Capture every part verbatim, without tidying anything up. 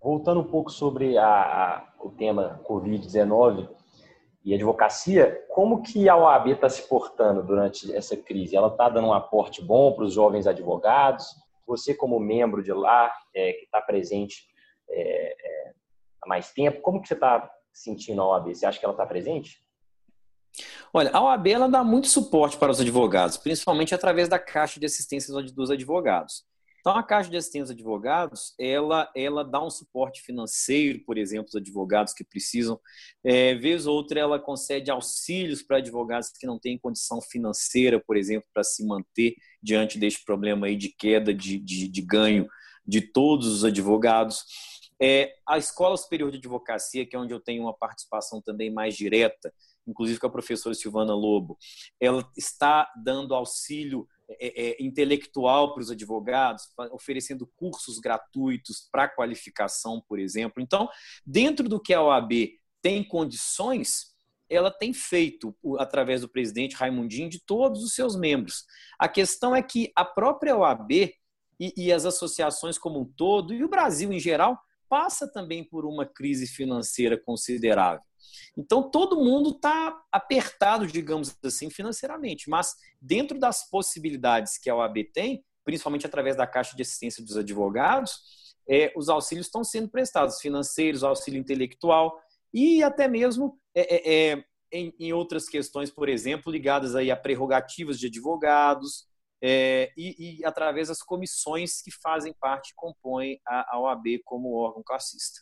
voltando um pouco sobre a, a, o tema covid dezenove e advocacia, como que a O A B está se portando durante essa crise? Ela está dando um aporte bom para os jovens advogados? Você, como membro de lá, é, que está presente é, é, há mais tempo, como que você está sentindo a O A B? Você acha que ela está presente? Olha, a O A B ela dá muito suporte para os advogados, principalmente através da Caixa de Assistência dos Advogados. Então, a Caixa de Assistência dos Advogados, ela, ela dá um suporte financeiro, por exemplo, aos advogados que precisam. É, vez ou outra, ela concede auxílios para advogados que não têm condição financeira, por exemplo, para se manter diante deste problema aí de queda de, de, de ganho de todos os advogados. É, a Escola Superior de Advocacia, que é onde eu tenho uma participação também mais direta, inclusive com a professora Silvana Lobo, ela está dando auxílio é, é, intelectual para os advogados, oferecendo cursos gratuitos para qualificação, por exemplo. Então, dentro do que a O A B tem condições, ela tem feito, através do presidente Raimundinho, de todos os seus membros. A questão é que a própria O A B e, e as associações como um todo, e o Brasil em geral, passa também por uma crise financeira considerável. Então, todo mundo está apertado, digamos assim, financeiramente, mas dentro das possibilidades que a O A B tem, principalmente através da Caixa de Assistência dos Advogados, é, os auxílios estão sendo prestados, financeiros, auxílio intelectual e até mesmo é, é, em, em outras questões, por exemplo, ligadas aí a prerrogativas de advogados é, e, e através das comissões que fazem parte, compõem a, a O A B como órgão classista.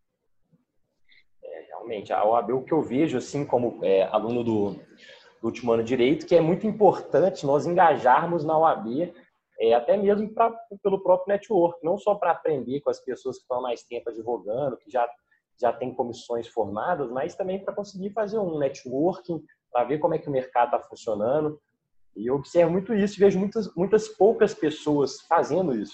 É, realmente, a O A B, o que eu vejo, assim, como é, aluno do, do último ano de Direito, que é muito importante nós engajarmos na O A B, é, até mesmo pra, pelo próprio network, não só para aprender com as pessoas que estão há mais tempo advogando, que já, já têm comissões formadas, mas também para conseguir fazer um networking, para ver como é que o mercado está funcionando. E eu observo muito isso, vejo muitas, muitas poucas pessoas fazendo isso.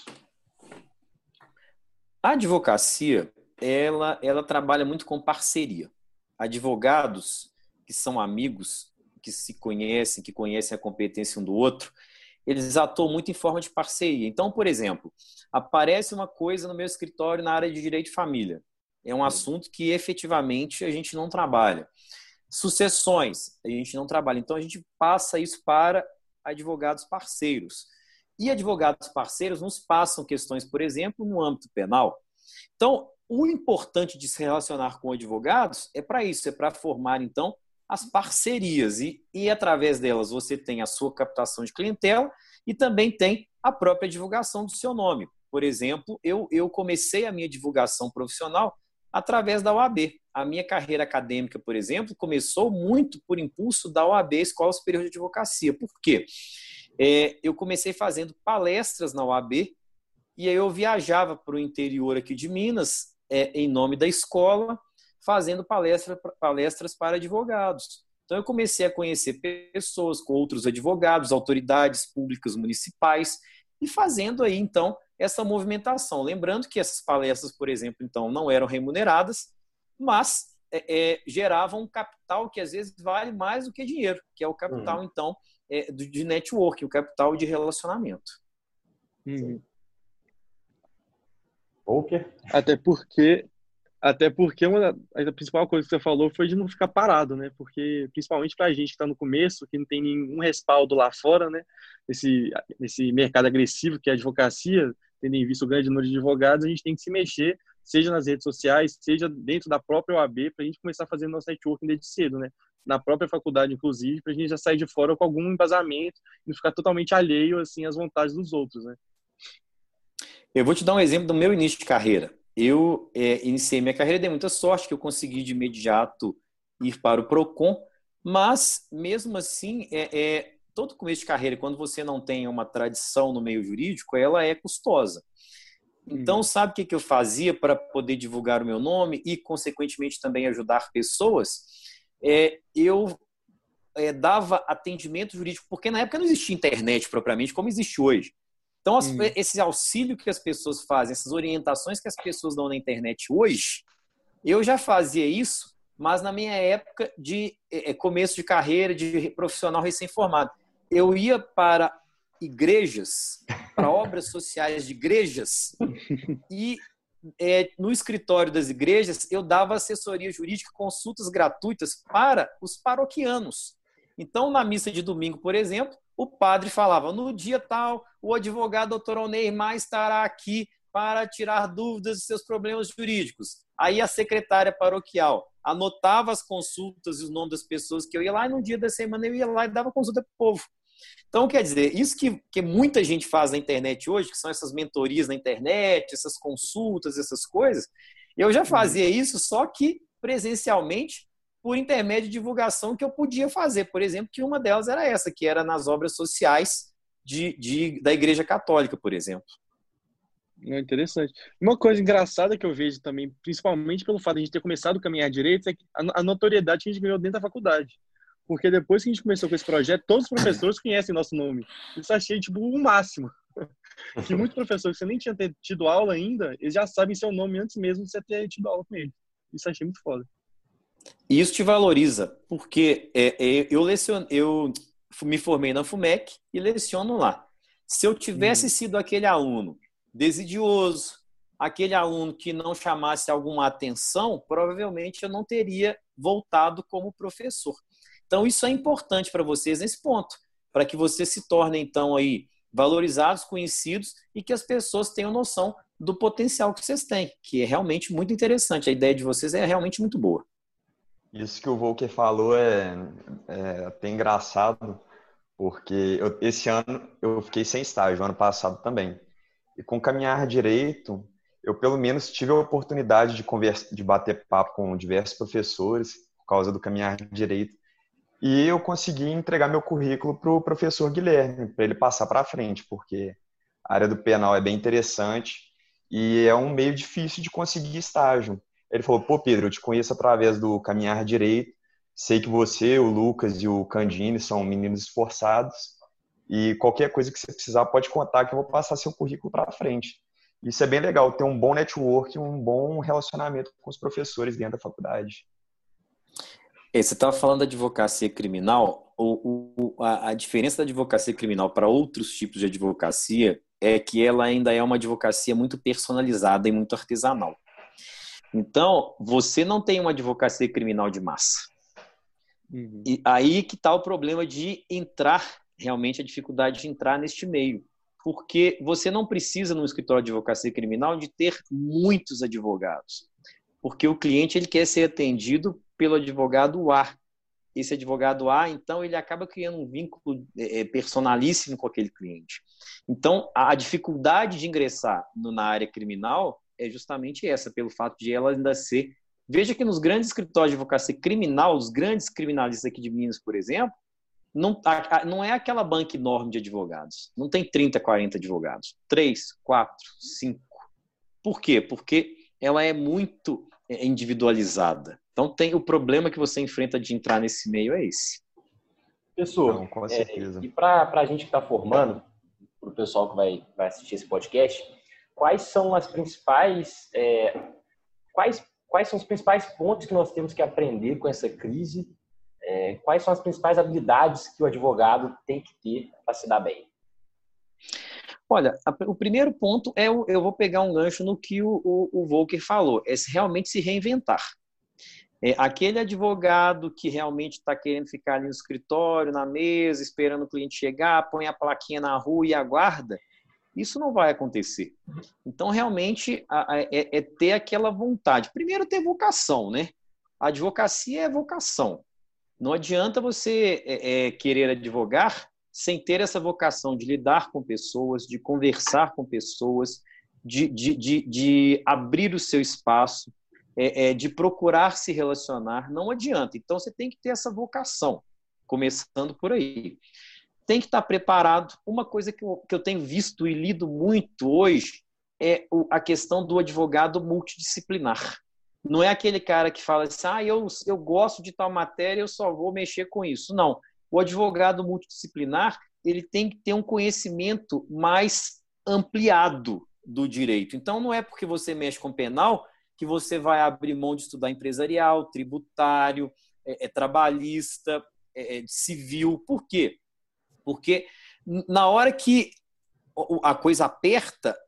A advocacia, ela, ela trabalha muito com parceria. Advogados que são amigos, que se conhecem, que conhecem a competência um do outro, eles atuam muito em forma de parceria. Então, por exemplo, aparece uma coisa no meu escritório na área de direito de família. É um assunto que efetivamente a gente não trabalha. Sucessões, a gente não trabalha. Então, a gente passa isso para advogados parceiros. E advogados parceiros nos passam questões, por exemplo, no âmbito penal. Então, o importante de se relacionar com advogados é para isso, é para formar, então, as parcerias. E, e, através delas, você tem a sua captação de clientela e também tem a própria divulgação do seu nome. Por exemplo, eu, eu comecei a minha divulgação profissional através da O A B. A minha carreira acadêmica, por exemplo, começou muito por impulso da O A B, Escola Superior de Advocacia. Por quê? É, eu comecei fazendo palestras na O A B e aí eu viajava para o interior aqui de Minas, é, em nome da escola, fazendo palestra, palestras para advogados. Então eu comecei a conhecer pessoas com outros advogados, autoridades públicas municipais e fazendo aí então essa movimentação. Lembrando que essas palestras, por exemplo, então não eram remuneradas, mas é, é, geravam um capital que às vezes vale mais do que dinheiro, que é o capital, uhum. então, é, de network, o capital de relacionamento. Uhum. Okay. Até porque, até porque uma da, a principal coisa que você falou foi de não ficar parado, né? Porque, principalmente para a gente que está no começo, que não tem nenhum respaldo lá fora, né? Nesse, nesse mercado agressivo que é a advocacia, tendo em vista o grande número de advogados, a gente tem que se mexer, seja nas redes sociais, seja dentro da própria O A B, para a gente começar a fazer nosso networking desde cedo, né? Na própria faculdade, inclusive, para a gente já sair de fora com algum embasamento e não ficar totalmente alheio, assim, às vontades dos outros, né? Eu vou te dar um exemplo do meu início de carreira. Eu é, iniciei minha carreira, dei muita sorte que eu consegui de imediato ir para o Procon, mas, mesmo assim, é, é, todo começo de carreira, quando você não tem uma tradição no meio jurídico, ela é custosa. Então, sabe o que eu fazia para poder divulgar o meu nome e, consequentemente, também ajudar pessoas? É, eu é, dava atendimento jurídico, porque na época não existia internet propriamente como existe hoje. Então, as, hum. esse auxílio que as pessoas fazem, essas orientações que as pessoas dão na internet hoje, eu já fazia isso, mas na minha época de é, começo de carreira, de profissional recém-formado. Eu ia para igrejas, para obras sociais de igrejas, e é, no escritório das igrejas, eu dava assessoria jurídica, consultas gratuitas para os paroquianos. Então, na missa de domingo, por exemplo, o padre falava, no dia tal, o advogado doutor Oneymar estará aqui para tirar dúvidas de seus problemas jurídicos. Aí a secretária paroquial anotava as consultas e os nomes das pessoas que eu ia lá, e no dia da semana eu ia lá e dava consulta para o povo. Então, quer dizer, isso que, que muita gente faz na internet hoje, que são essas mentorias na internet, essas consultas, essas coisas, eu já fazia isso, só que presencialmente, por intermédio de divulgação que eu podia fazer. Por exemplo, que uma delas era essa, que era nas obras sociais de, de, da Igreja Católica, por exemplo. É interessante. Uma coisa engraçada que eu vejo também, principalmente pelo fato de a gente ter começado a caminhar direito, é a notoriedade que a gente ganhou dentro da faculdade. Porque depois que a gente começou com esse projeto, todos os professores conhecem nosso nome. Isso achei, tipo, o máximo. Que muitos professores que você nem tinha tido aula ainda, eles já sabem seu nome antes mesmo de você ter tido aula com eles. Isso achei muito foda. E isso te valoriza, porque é, é, eu, leciono, eu me formei na FUMEC e leciono lá. Se eu tivesse hum. sido aquele aluno desidioso, aquele aluno que não chamasse alguma atenção, provavelmente eu não teria voltado como professor. Então, isso é importante para vocês nesse ponto, para que vocês se tornem, então, aí, valorizados, conhecidos e que as pessoas tenham noção do potencial que vocês têm, que é realmente muito interessante. A ideia de vocês é realmente muito boa. Isso que o Volker falou é, é até engraçado, porque eu, esse ano eu fiquei sem estágio, ano passado também. E com Caminhar Direito, eu pelo menos tive a oportunidade de, conversa, de bater papo com diversos professores por causa do Caminhar Direito. E eu consegui entregar meu currículo para o professor Guilherme, para ele passar para frente, porque a área do penal é bem interessante e é um meio difícil de conseguir estágio. Ele falou, pô, Pedro, eu te conheço através do Caminhar Direito, sei que você, o Lucas e o Candini são meninos esforçados e qualquer coisa que você precisar pode contar que eu vou passar seu currículo para frente. Isso é bem legal, ter um bom network, um bom relacionamento com os professores dentro da faculdade. Você estava falando da advocacia criminal. O, o, a, a diferença da advocacia criminal para outros tipos de advocacia é que ela ainda é uma advocacia muito personalizada e muito artesanal. Então, você não tem uma advocacia criminal de massa. Uhum. E aí que está o problema de entrar, realmente a dificuldade de entrar neste meio. Porque você não precisa, no escritório de advocacia criminal, de ter muitos advogados. Porque o cliente ele quer ser atendido pelo advogado A. Esse advogado A, então, ele acaba criando um vínculo personalíssimo com aquele cliente. Então, a dificuldade de ingressar na área criminal é justamente essa, pelo fato de ela ainda ser... Veja que nos grandes escritórios de advocacia criminal, os grandes criminalistas aqui de Minas, por exemplo, não, não é aquela banca enorme de advogados. Não tem trinta, quarenta advogados. três, quatro, cinco. Por quê? Porque ela é muito individualizada. Então, tem o problema que você enfrenta de entrar nesse meio é esse. Professor, Não, com certeza. É, e para a gente que está formando, para o pessoal que vai, vai assistir esse podcast, quais são as principais, é, quais, quais são os principais pontos que nós temos que aprender com essa crise? É, quais são as principais habilidades que o advogado tem que ter para se dar bem? Olha, a, o primeiro ponto é, o, eu vou pegar um gancho no que o, o, o Volker falou, é se realmente se reinventar. É, aquele advogado que realmente está querendo ficar ali no escritório, na mesa, esperando o cliente chegar, põe a plaquinha na rua e aguarda, isso não vai acontecer. Então, realmente, a, a, é, é ter aquela vontade. Primeiro, ter vocação, né? A advocacia é vocação. Não adianta você é, é, querer advogar sem ter essa vocação de lidar com pessoas, de conversar com pessoas, de, de, de, de abrir o seu espaço, é, é, de procurar se relacionar. Não adianta. Então, você tem que ter essa vocação, começando por aí. Tem que estar preparado. Uma coisa que eu, que eu tenho visto e lido muito hoje é o, a questão do advogado multidisciplinar. Não é aquele cara que fala assim, ah, eu, eu gosto de tal matéria, eu só vou mexer com isso. Não. O advogado multidisciplinar, ele tem que ter um conhecimento mais ampliado do direito. Então, não é porque você mexe com penal que você vai abrir mão de estudar empresarial, tributário, é, é, trabalhista, é, é, civil. Por quê? Porque na hora que a coisa aperta,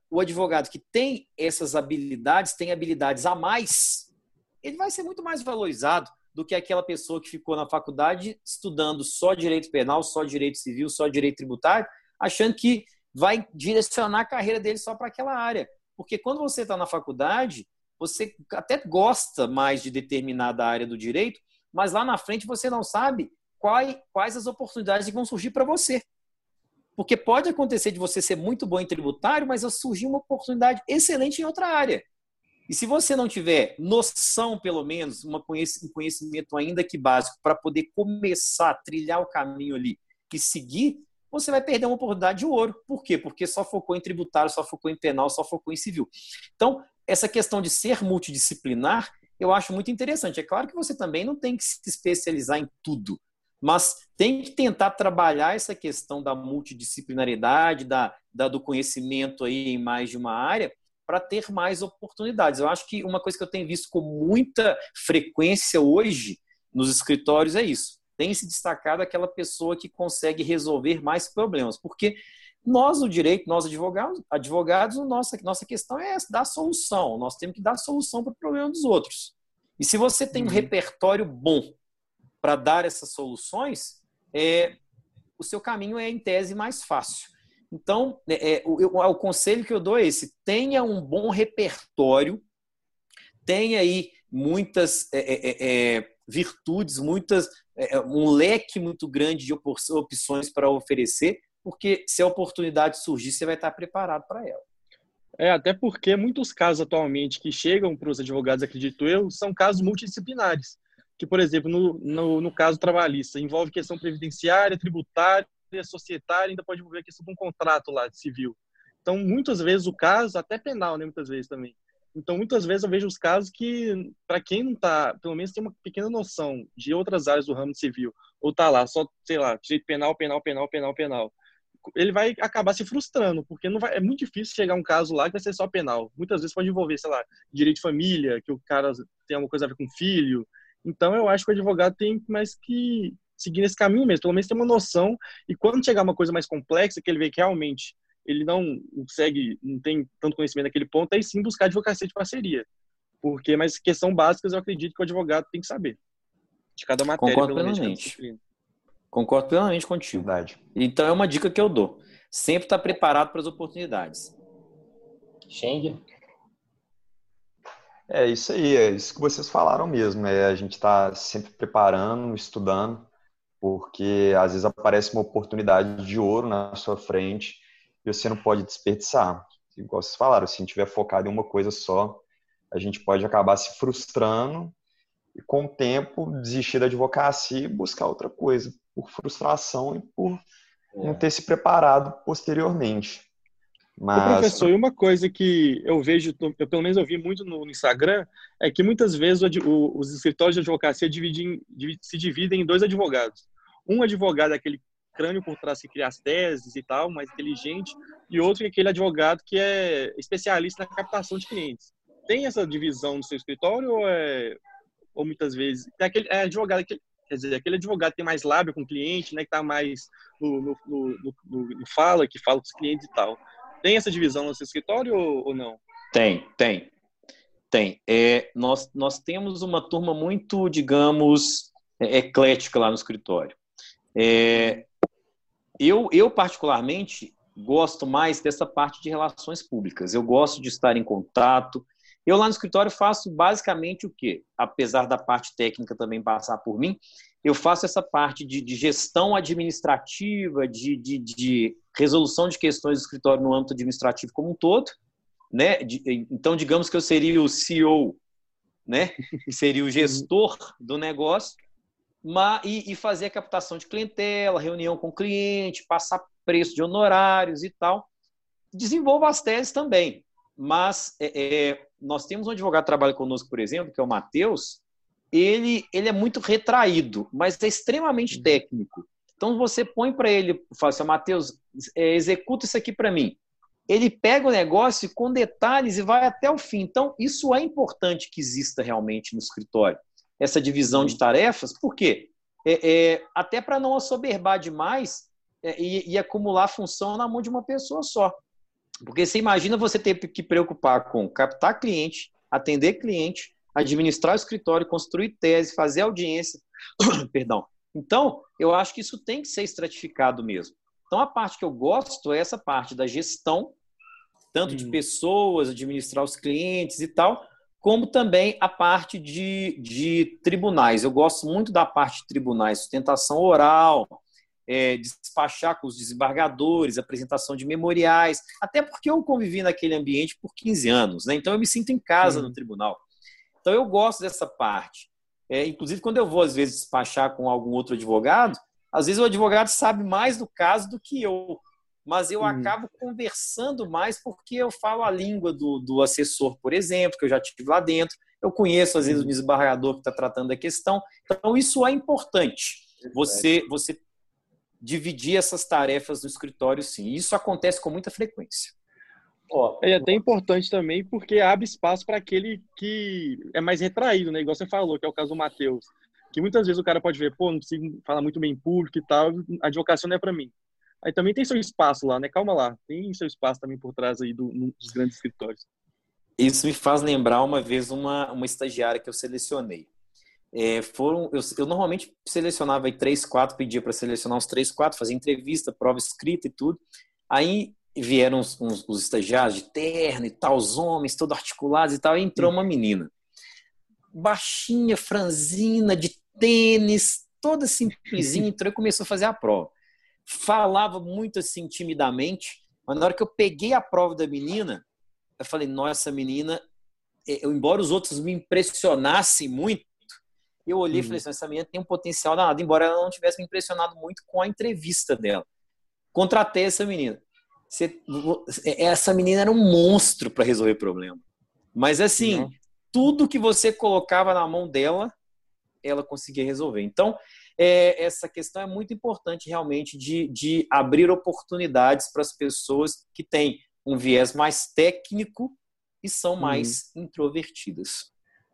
o advogado que tem essas habilidades, tem habilidades a mais, ele vai ser muito mais valorizado do que aquela pessoa que ficou na faculdade estudando só direito penal, só direito civil, só direito tributário, achando que vai direcionar a carreira dele só para aquela área. Porque quando você está na faculdade, você até gosta mais de determinada área do direito, mas lá na frente você não sabe quais, quais as oportunidades que vão surgir para você. Porque pode acontecer de você ser muito bom em tributário, mas surgir uma oportunidade excelente em outra área. E se você não tiver noção, pelo menos, um conhecimento ainda que básico, para poder começar a trilhar o caminho ali e seguir, você vai perder uma oportunidade de ouro. Por quê? Porque só focou em tributário, só focou em penal, só focou em civil. Então, essa questão de ser multidisciplinar, eu acho muito interessante. É claro que você também não tem que se especializar em tudo, mas tem que tentar trabalhar essa questão da multidisciplinaridade, da, da, do conhecimento aí em mais de uma área, para ter mais oportunidades. Eu acho que uma coisa que eu tenho visto com muita frequência hoje nos escritórios é isso. Tem se destacado aquela pessoa que consegue resolver mais problemas. Porque nós, o direito, nós advogados, advogados nossa, nossa questão é dar solução. Nós temos que dar solução para o problema dos outros. E se você tem um uhum. repertório bom para dar essas soluções, é, o seu caminho é, em tese, mais fácil. Então, é, o, o conselho que eu dou é esse: tenha um bom repertório, tenha aí muitas é, é, é, virtudes, muitas, é, um leque muito grande de opções para oferecer, porque se a oportunidade surgir, você vai estar preparado para ela. É, até porque muitos casos atualmente que chegam para os advogados, acredito eu, são casos multidisciplinares. Que, por exemplo, no, no, no caso trabalhista, envolve questão previdenciária, tributária, societária, ainda pode envolver a questão de um contrato lá de civil. Então, muitas vezes o caso, até penal, né, muitas vezes também. Então, muitas vezes eu vejo os casos que, para quem não está, pelo menos tem uma pequena noção de outras áreas do ramo civil, ou está lá só, sei lá, direito penal, penal, penal, penal, penal, ele vai acabar se frustrando, porque não vai, é muito difícil chegar um caso lá que vai ser só penal. Muitas vezes pode envolver, sei lá, direito de família, que o cara tem alguma coisa a ver com filho. Então, eu acho que o advogado tem mais que seguir nesse caminho mesmo, pelo menos ter uma noção, e quando chegar uma coisa mais complexa, que ele vê que realmente ele não consegue, não tem tanto conhecimento naquele ponto, aí sim buscar advocacia de parceria. Porque, mas questão básicas, eu acredito que o advogado tem que saber. De cada matéria, Concordo pelo menos. plenamente. Concordo plenamente contigo. Verdade. Então, é uma dica que eu dou. Sempre estar preparado para as oportunidades. Schengen? É isso aí, é isso que vocês falaram mesmo. É, a gente está sempre preparando, estudando, porque às vezes aparece uma oportunidade de ouro na sua frente e você não pode desperdiçar. Igual vocês falaram, se a gente estiver focado em uma coisa só, a gente pode acabar se frustrando e, com o tempo, desistir da advocacia e buscar outra coisa, por frustração e por é. não ter se preparado posteriormente. Mas... O professor, e uma coisa que eu vejo, eu pelo menos eu vi muito no Instagram, é que muitas vezes o, os escritórios de advocacia dividem, se dividem em dois advogados. Um advogado é aquele crânio por trás que cria as teses e tal, mais inteligente, e outro é aquele advogado que é especialista na captação de clientes. Tem essa divisão no seu escritório ou, é, ou muitas vezes... É aquele é advogado, aquele, quer dizer, aquele advogado que tem mais lábio com o cliente, né, que está mais no, no, no, no, no fala, que fala com os clientes e tal. Tem essa divisão no seu escritório ou, ou não? Tem, tem. Tem. É, nós, nós temos uma turma muito, digamos, eclética lá no escritório. É, eu, eu, particularmente, gosto mais dessa parte de relações públicas. Eu gosto de estar em contato. Eu lá no escritório faço basicamente o quê? Apesar da parte técnica também passar por mim, eu faço essa parte de, de gestão administrativa, de, de, de resolução de questões do escritório no âmbito administrativo como um todo, né? De, então, digamos que eu seria o C E O, né? Seria o gestor do negócio, mas, e, e fazer a captação de clientela, reunião com o cliente, passar preço de honorários e tal. Desenvolvo as teses também, mas é, é, nós temos um advogado que trabalha conosco, por exemplo, que é o Matheus. Ele, ele é muito retraído, mas é extremamente técnico. Então, você põe para ele, fala assim, Matheus, é, executa isso aqui para mim. Ele pega o negócio com detalhes e vai até o fim. Então, isso é importante que exista realmente no escritório, essa divisão de tarefas. Por quê? É, é, até para não assoberbar demais é, e, e acumular função na mão de uma pessoa só. Porque você imagina você ter que preocupar com captar cliente, atender cliente, administrar o escritório, construir tese, fazer audiência. Perdão. Então, eu acho que isso tem que ser estratificado mesmo. Então, a parte que eu gosto é essa parte da gestão, tanto de pessoas, administrar os clientes e tal, como também a parte de, de tribunais. Eu gosto muito da parte de tribunais, sustentação oral, é, despachar com os desembargadores, apresentação de memoriais, até porque eu convivi naquele ambiente por quinze anos, né? Então eu me sinto em casa uhum. no tribunal. Então eu gosto dessa parte. É, inclusive, quando eu vou, às vezes, despachar com algum outro advogado, às vezes o advogado sabe mais do caso do que eu, mas eu uhum. acabo conversando mais porque eu falo a língua do, do assessor, por exemplo, que eu já estive lá dentro, eu conheço, às vezes, uhum. o desembargador que está tratando da questão. Então, isso é importante. Você, você dividir essas tarefas no escritório, sim. E isso acontece com muita frequência. É até importante também porque abre espaço para aquele que é mais retraído, né? Igual você falou, que é o caso do Matheus. Que muitas vezes o cara pode ver, pô, não consigo falar muito bem em público e tal, a advocacia não é para mim. Aí também tem seu espaço lá, né? Calma lá, tem seu espaço também por trás aí do, dos grandes escritórios. Isso me faz lembrar uma vez uma, uma estagiária que eu selecionei. É, foram, eu, eu normalmente selecionava aí três, quatro, pedia para selecionar uns três, quatro, fazia entrevista, prova escrita e tudo. Aí vieram os, uns, os estagiários de terno e tal, os homens todos articulados e tal, e entrou uma menina. Baixinha, franzina, de tênis, toda simplesinha, entrou e começou a fazer a prova. Falava muito assim, timidamente, mas na hora que eu peguei a prova da menina, eu falei, nossa, menina, eu, embora os outros me impressionassem muito, eu olhei e falei assim, essa menina tem um potencial danado, embora ela não tivesse me impressionado muito com a entrevista dela. Contratei essa menina. Você, essa menina era um monstro para resolver problema. Mas assim, não. Tudo que você colocava na mão dela, ela conseguia resolver. Então, é, essa questão é muito importante realmente de, de abrir oportunidades para as pessoas que têm um viés mais técnico e são mais hum. introvertidas.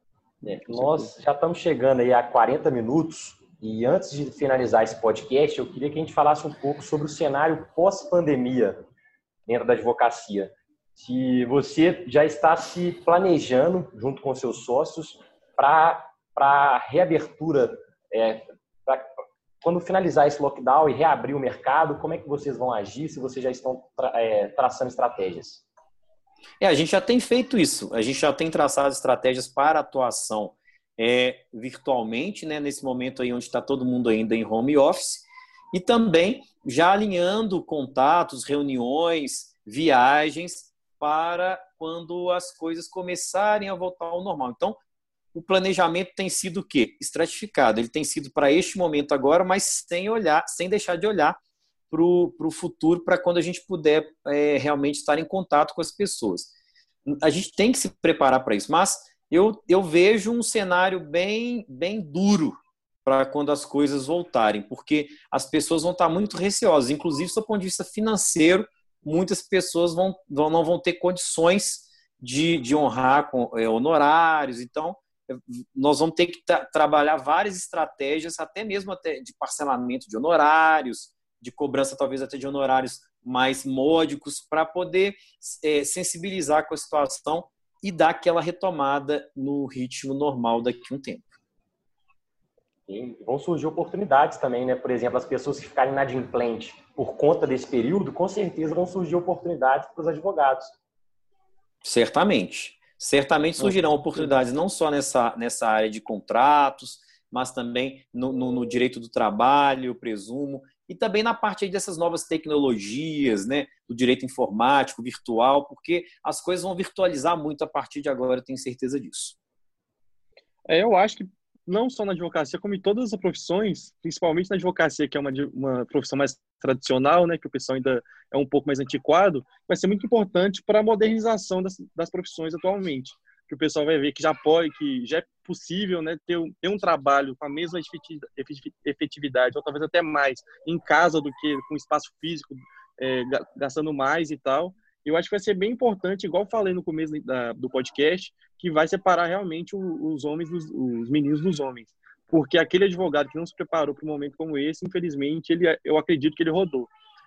É, nós já estamos chegando aí a quarenta minutos e antes de finalizar esse podcast, eu queria que a gente falasse um pouco sobre o cenário pós-pandemia dentro da advocacia. Se você já está se planejando junto com seus sócios para a reabertura, é, pra, quando finalizar esse lockdown e reabrir o mercado, como é que vocês vão agir, se vocês já estão tra, é, traçando estratégias? É, a gente já tem feito isso, a gente já tem traçado estratégias para atuação é, virtualmente, né, nesse momento aí onde está todo mundo ainda em home office, e também já alinhando contatos, reuniões, viagens para quando as coisas começarem a voltar ao normal. Então, o planejamento tem sido o quê? Estratificado. Ele tem sido para este momento agora, mas sem olhar, sem deixar de olhar para o futuro, para quando a gente puder é, realmente estar em contato com as pessoas. A gente tem que se preparar para isso, mas eu, eu vejo um cenário bem, bem duro para quando as coisas voltarem, porque as pessoas vão estar muito receosas, inclusive do ponto de vista financeiro, muitas pessoas vão, vão, não vão ter condições de, de honrar com é, honorários, então nós vamos ter que tra- trabalhar várias estratégias, até mesmo até de parcelamento de honorários, de cobrança talvez até de honorários mais módicos, para poder é, sensibilizar com a situação e dar aquela retomada no ritmo normal daqui a um tempo. E vão surgir oportunidades também, né? Por exemplo, as pessoas que ficarem inadimplentes por conta desse período, com certeza vão surgir oportunidades para os advogados. Certamente. Certamente surgirão oportunidades não só nessa, nessa área de contratos, mas também no, no, no direito do trabalho, eu presumo, e também na parte aí dessas novas tecnologias, né? Do direito informático, virtual, porque as coisas vão virtualizar muito a partir de agora, eu tenho certeza disso. É, eu acho que não só na advocacia, como em todas as profissões, principalmente na advocacia, que é uma, uma profissão mais tradicional, né, que o pessoal ainda é um pouco mais antiquado, vai ser muito importante para a modernização das, das profissões atualmente. Que o pessoal vai ver que já pode, que já é possível, né, ter, ter um trabalho com a mesma efetividade, ou talvez até mais, em casa do que com espaço físico, é, gastando mais e tal. Eu acho que vai ser bem importante, igual falei no começo da, do podcast, que vai separar realmente os homens, dos, os meninos dos homens. Porque aquele advogado que não se preparou para um momento como esse, infelizmente, ele, eu acredito que ele rodou.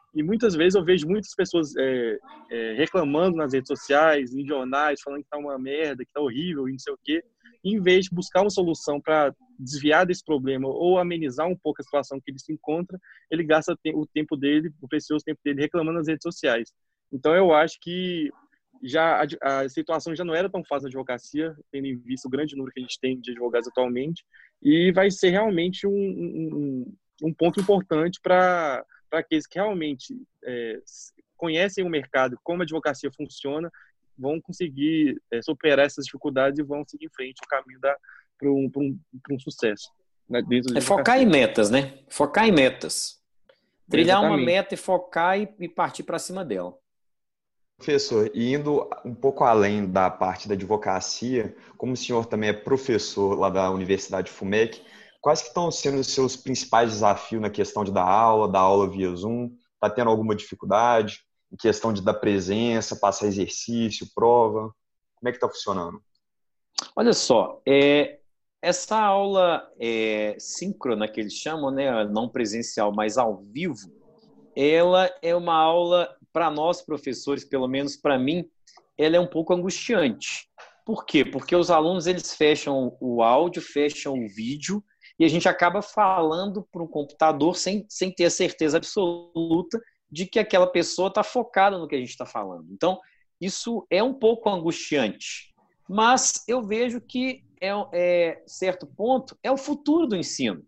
E muitas vezes eu vejo muitas pessoas é, é, reclamando nas redes sociais, em jornais, falando que tá uma merda, que tá horrível e não sei o quê. E, em vez de buscar uma solução para desviar desse problema ou amenizar um pouco a situação que ele se encontra, ele gasta o tempo dele, o precioso tempo dele, reclamando nas redes sociais. Então, eu acho que já a, a situação já não era tão fácil na advocacia, tendo em vista o grande número que a gente tem de advogados atualmente, e vai ser realmente um, um, um ponto importante para para aqueles que realmente é, conhecem o mercado, como a advocacia funciona, vão conseguir é, superar essas dificuldades e vão seguir em frente o caminho para um, um, um sucesso. Né, dentro da é focar em metas, né? Focar em metas. Trilhar Exatamente. uma meta e focar e, e partir para cima dela. Professor, e indo um pouco além da parte da advocacia, como o senhor também é professor lá da Universidade FUMEC, quais que estão sendo os seus principais desafios na questão de dar aula, dar aula via Zoom? Está tendo alguma dificuldade em questão de dar presença, passar exercício, prova? Como é que está funcionando? Olha só, é, essa aula é, síncrona que eles chamam, né, não presencial, mas ao vivo, ela é uma aula, para nós professores, pelo menos para mim, ela é um pouco angustiante. Por quê? Porque os alunos eles fecham o áudio, fecham o vídeo, e a gente acaba falando para um computador sem, sem ter a certeza absoluta de que aquela pessoa está focada no que a gente está falando. Então, isso é um pouco angustiante. Mas eu vejo que, é, é certo ponto, é o futuro do ensino.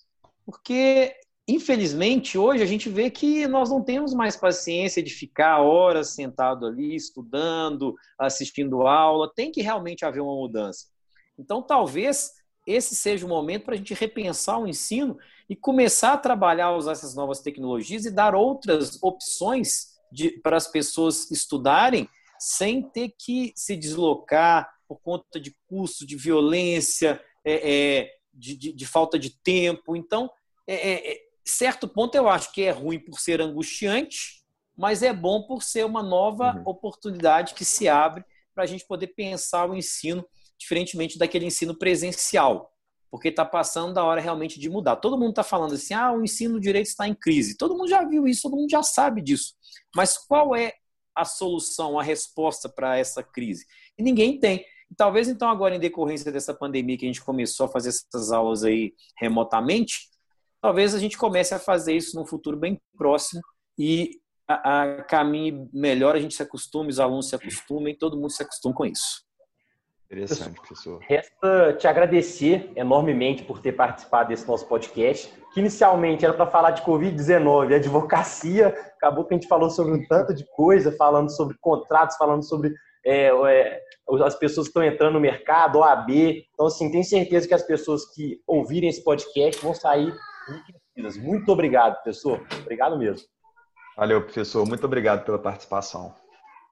Porque, infelizmente, hoje a gente vê que nós não temos mais paciência de ficar horas sentado ali, estudando, assistindo aula. Tem que realmente haver uma mudança. Então, talvez esse seja o momento para a gente repensar o ensino e começar a trabalhar, a usar essas novas tecnologias e dar outras opções de, para as pessoas estudarem sem ter que se deslocar por conta de custo, de violência, é, é, de, de, de falta de tempo. Então, é, é, certo ponto eu acho que é ruim por ser angustiante, mas é bom por ser uma nova uhum. oportunidade que se abre para a gente poder pensar o ensino diferentemente daquele ensino presencial, porque está passando da hora realmente de mudar. Todo mundo está falando assim, ah, o ensino do direito está em crise. Todo mundo já viu isso, todo mundo já sabe disso. Mas qual é a solução, a resposta para essa crise? E ninguém tem. E talvez, então, agora, em decorrência dessa pandemia que a gente começou a fazer essas aulas aí remotamente, talvez a gente comece a fazer isso num futuro bem próximo e a, a caminhe melhor, a gente se acostume, os alunos se acostumem, todo mundo se acostume com isso. Interessante, professor. Resta te agradecer enormemente por ter participado desse nosso podcast, que inicialmente era para falar de covid dezenove, advocacia, acabou que a gente falou sobre um tanto de coisa, falando sobre contratos, falando sobre é, é, as pessoas que estão entrando no mercado, O A B. Então, assim, tenho certeza que as pessoas que ouvirem esse podcast vão sair enriquecidas. Muito obrigado, professor. Obrigado mesmo. Valeu, professor. Muito obrigado pela participação.